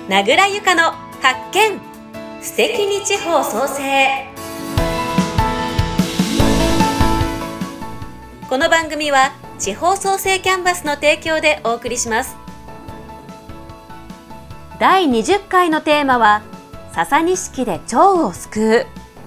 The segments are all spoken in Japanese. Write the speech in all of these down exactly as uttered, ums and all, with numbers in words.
名倉由香の発見、素敵に地方創生。この番組は地方創生キャンバスの提供でお送りします。だいにじゅっかいのテーマは笹錦で腸を救う。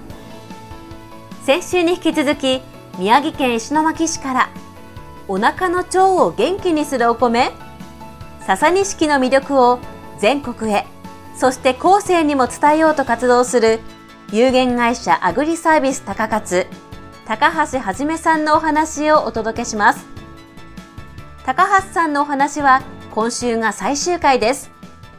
先週に引き続き宮城県石巻市からお腹の腸を元気にするお米笹錦の魅力を全国へ、そして後世にも伝えようと活動する有限会社アグリサービス高勝高橋はじめさんのお話をお届けします。高橋さんのお話は今週が最終回です。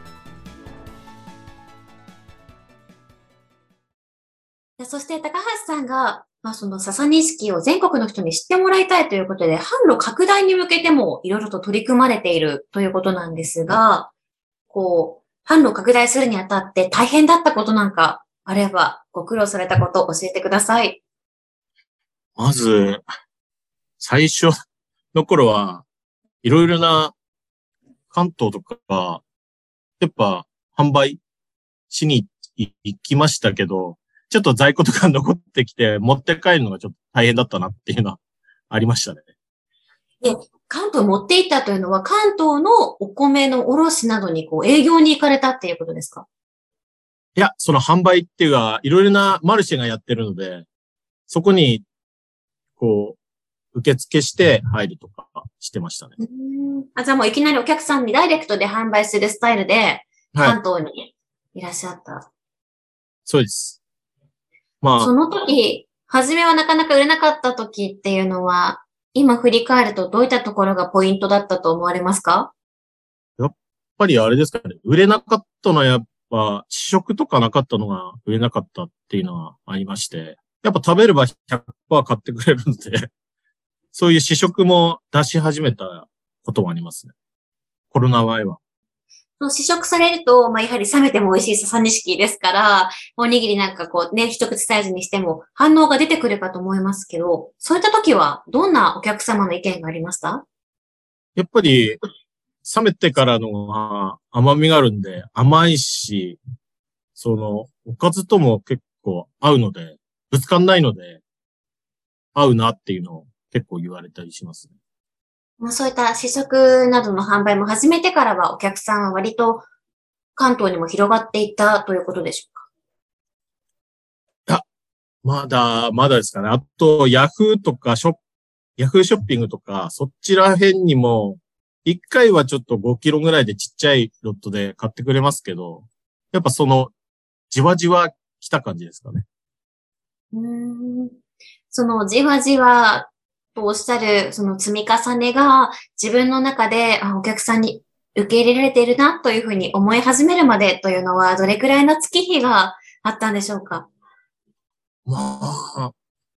そして高橋さんが、まあ、その笹錦を全国の人に知ってもらいたいということで、販路拡大に向けてもいろいろと取り組まれているということなんですが、こう、販路拡大するにあたって大変だったことなんかあれば、ご苦労されたことを教えてください。 まず、最初の頃は、いろいろな関東とか、やっぱ販売しに行きましたけど、ちょっと在庫とか残ってきて、持って帰るのがちょっと大変だったなっていうのはありましたね。 で、関東持って行ったというのは、関東のお米の卸などにこう営業に行かれたっていうことですか？ いや、その販売っていうか、いろいろなマルシェがやってるので、そこに、こう、受付して入るとかしてましたね。 うーんあ、じゃあもういきなりお客さんにダイレクトで販売するスタイルで、関東にいらっしゃった。はい、 そうです。まあ。 その時、初めはなかなか売れなかった時っていうのは、今振り返るとどういったところがポイントだったと思われますか？ やっぱりあれですかね。売れなかったのはやっぱ試食とかなかったのが売れなかったっていうのはありまして、やっぱ食べれば ひゃくパーセント 買ってくれるんで、そういう試食も出し始めたこともありますね。コロナ前は。 試食されると、まあ、やはり冷めても美味しい笹錦ですから、おにぎりなんかこうね、一口サイズにしても反応が出てくるかと思いますけど、そういった時はどんなお客様の意見がありました？ やっぱり、冷めてからのは甘みがあるんで、甘いし、その、おかずとも結構合うので、ぶつかんないので、合うなっていうのを結構言われたりしますね。 そういった試食などの販売も始めてからはお客さんは割と関東にも広がっていったということでしょうか？いや、まだ、まだですかね。あと、ヤフーとかショッ、ヤフーショッピングとか、そっちら辺にも、一回はちょっとごキロぐらいでちっちゃいロットで買ってくれますけど、やっぱその、じわじわ来た感じですかね。 うーんそのじわじわとおっしゃる、その積み重ねが自分の中で、あ、お客さんに受け入れられているなというふうに思い始めるまでというのは、どれくらいの月日があったんでしょうか？ まあ、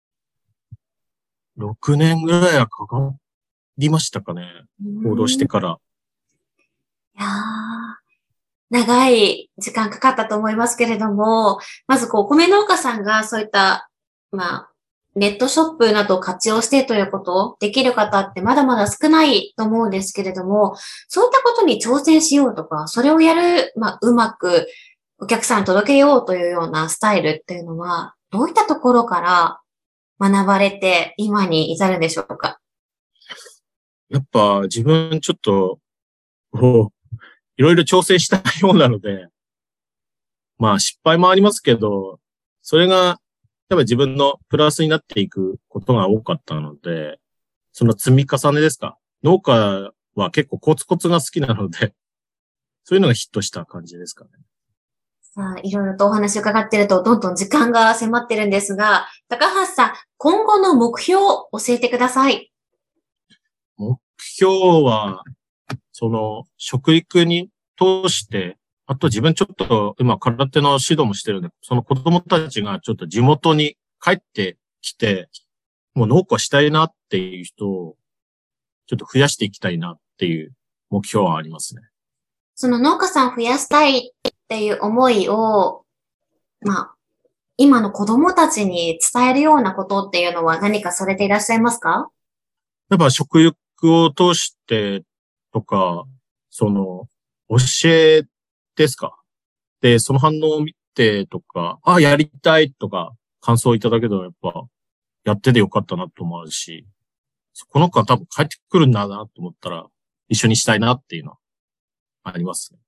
ろくねんぐらいはかかりましたかね。行動してから。 いやー、長い時間かかったと思いますけれども、まずこう、お米農家さんがそういった、まあ、ネットショップなどを活用してということをできる方ってまだまだ少ないと思うんですけれども、そういったことに挑戦しようとか、それをやる、まあ、うまくお客さんに届けようというようなスタイルっていうのは、どういったところから学ばれて今に至るんでしょうか？ やっぱ自分ちょっと、こう、いろいろ挑戦したようなので、まあ失敗もありますけど、それがやっぱり自分のプラスになっていくことが多かったので、その積み重ねですか。農家は結構コツコツが好きなので、そういうのがヒットした感じですかね。 さあ、いろいろとお話を伺っていると、どんどん時間が迫ってるんですが、高橋さん、今後の目標を教えてください。 目標は、その、食育に通して、あと自分ちょっと今空手の指導もしてるんで、その子供たちがちょっと地元に帰ってきて、もう農家したいなっていう人を、ちょっと増やしていきたいなっていう目標はありますね。 その農家さん増やしたいっていう思いを、まあ、今の子供たちに伝えるようなことっていうのは何かされていらっしゃいますか？ やっぱ食育を通してとか、その、教えですか。で、その反応を見てとか、あ、やりたいとか、感想をいただけたらやっぱ、やっててよかったなと思うし、この子は多分帰ってくるんだなと思ったら、一緒にしたいなっていうのはありますね。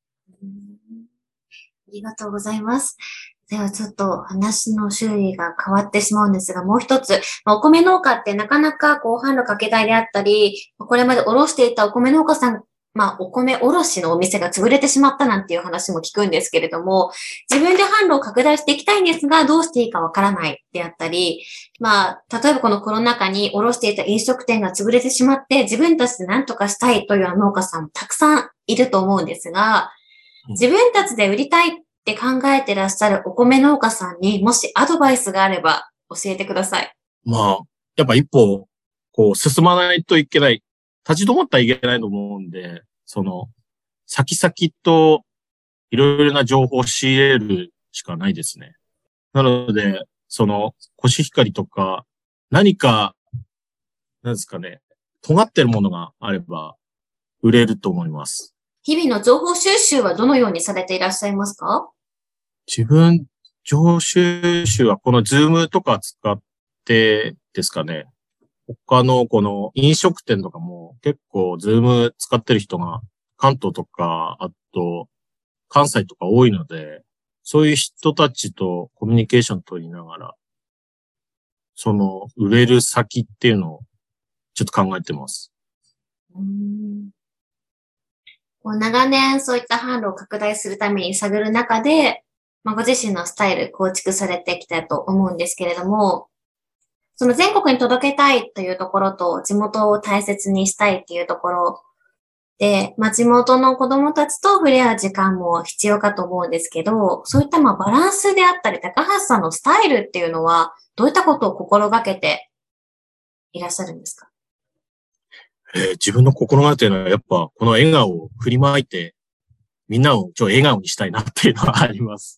ありがとうございます。ではちょっと話の種類が変わってしまうんですが、もう一つ、お米農家ってなかなかこう販路かけがいであったり、これまでおろしていたお米農家さん、まあお米おろしのお店が潰れてしまったなんていう話も聞くんですけれども、自分で販路を拡大していきたいんですが、どうしていいかわからないであったり、まあ、例えばこのコロナ禍におろしていた飲食店が潰れてしまって、自分たちで何とかしたいというような農家さんもたくさんいると思うんですが、自分たちで売りたいって考えてらっしゃるお米農家さんにもしアドバイスがあれば教えてください。 まあ、やっぱ一歩、こう進まないといけない。立ち止まったらいけないと思うんで、その、先々といろいろな情報を仕入れるしかないですね。なので、その、コシヒカリとか、何か、なんですかね、尖ってるものがあれば、売れると思います。 日々の情報収集はどのようにされていらっしゃいますか？ 自分、情報収集はこのズームとか使ってですかね。他のこの飲食店とかも結構ズーム使ってる人が関東とか、あと関西とか多いので、そういう人たちとコミュニケーション取りながら、その売れる先っていうのをちょっと考えてます。 うーん、こう長年そういった販路を拡大するために探る中で、まあ、ご自身のスタイル構築されてきたと思うんですけれども、その全国に届けたいというところと地元を大切にしたいっていうところで、まあ、地元の子供たちと触れ合う時間も必要かと思うんですけど、そういったまあバランスであったり、高橋さんのスタイルっていうのはどういったことを心がけていらっしゃるんですか？ えー自分の心がけてるのはやっぱこの笑顔を振りまいて、みんなをちょっと笑顔にしたいなっていうのはあります。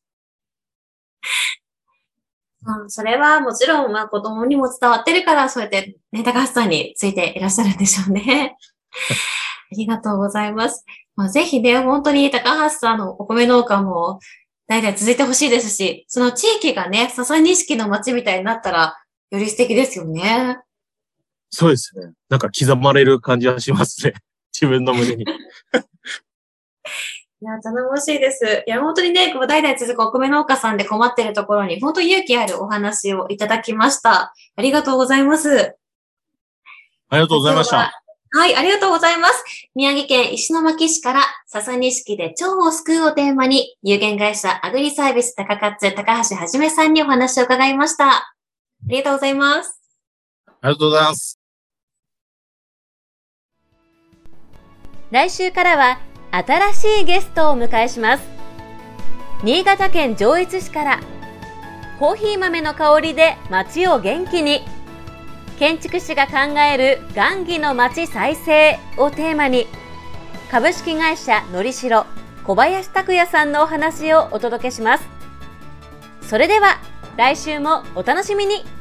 うん、それはもちろん、まあ子供にも伝わってるから、そうやってね、高橋さんについていらっしゃるんでしょうね。ありがとうございます。まあ、ぜひね、本当に高橋さんのお米農家も代々続いてほしいですし、その地域がね、笹錦の町みたいになったら、より素敵ですよね。 そうですね。なんか刻まれる感じはしますね。自分の胸に。 いや、頼もしいです。いや、本当にね、こう代々続くお米農家さんで困っているところに、本当に勇気あるお話をいただきました。ありがとうございます。 ありがとうございました。 はい、ありがとうございます。宮城県石巻市から笹錦で腸を救うをテーマに、有限会社アグリサービス高勝高橋はじめさんにお話を伺いました。ありがとうございます。 ありがとうございます。 来週からは新しいゲストをお迎えします。新潟県上越市からコーヒー豆の香りで街を元気に、建築士が考える雁木の街再生をテーマに、株式会社のりしろ小林拓也さんのお話をお届けします。それでは来週もお楽しみに。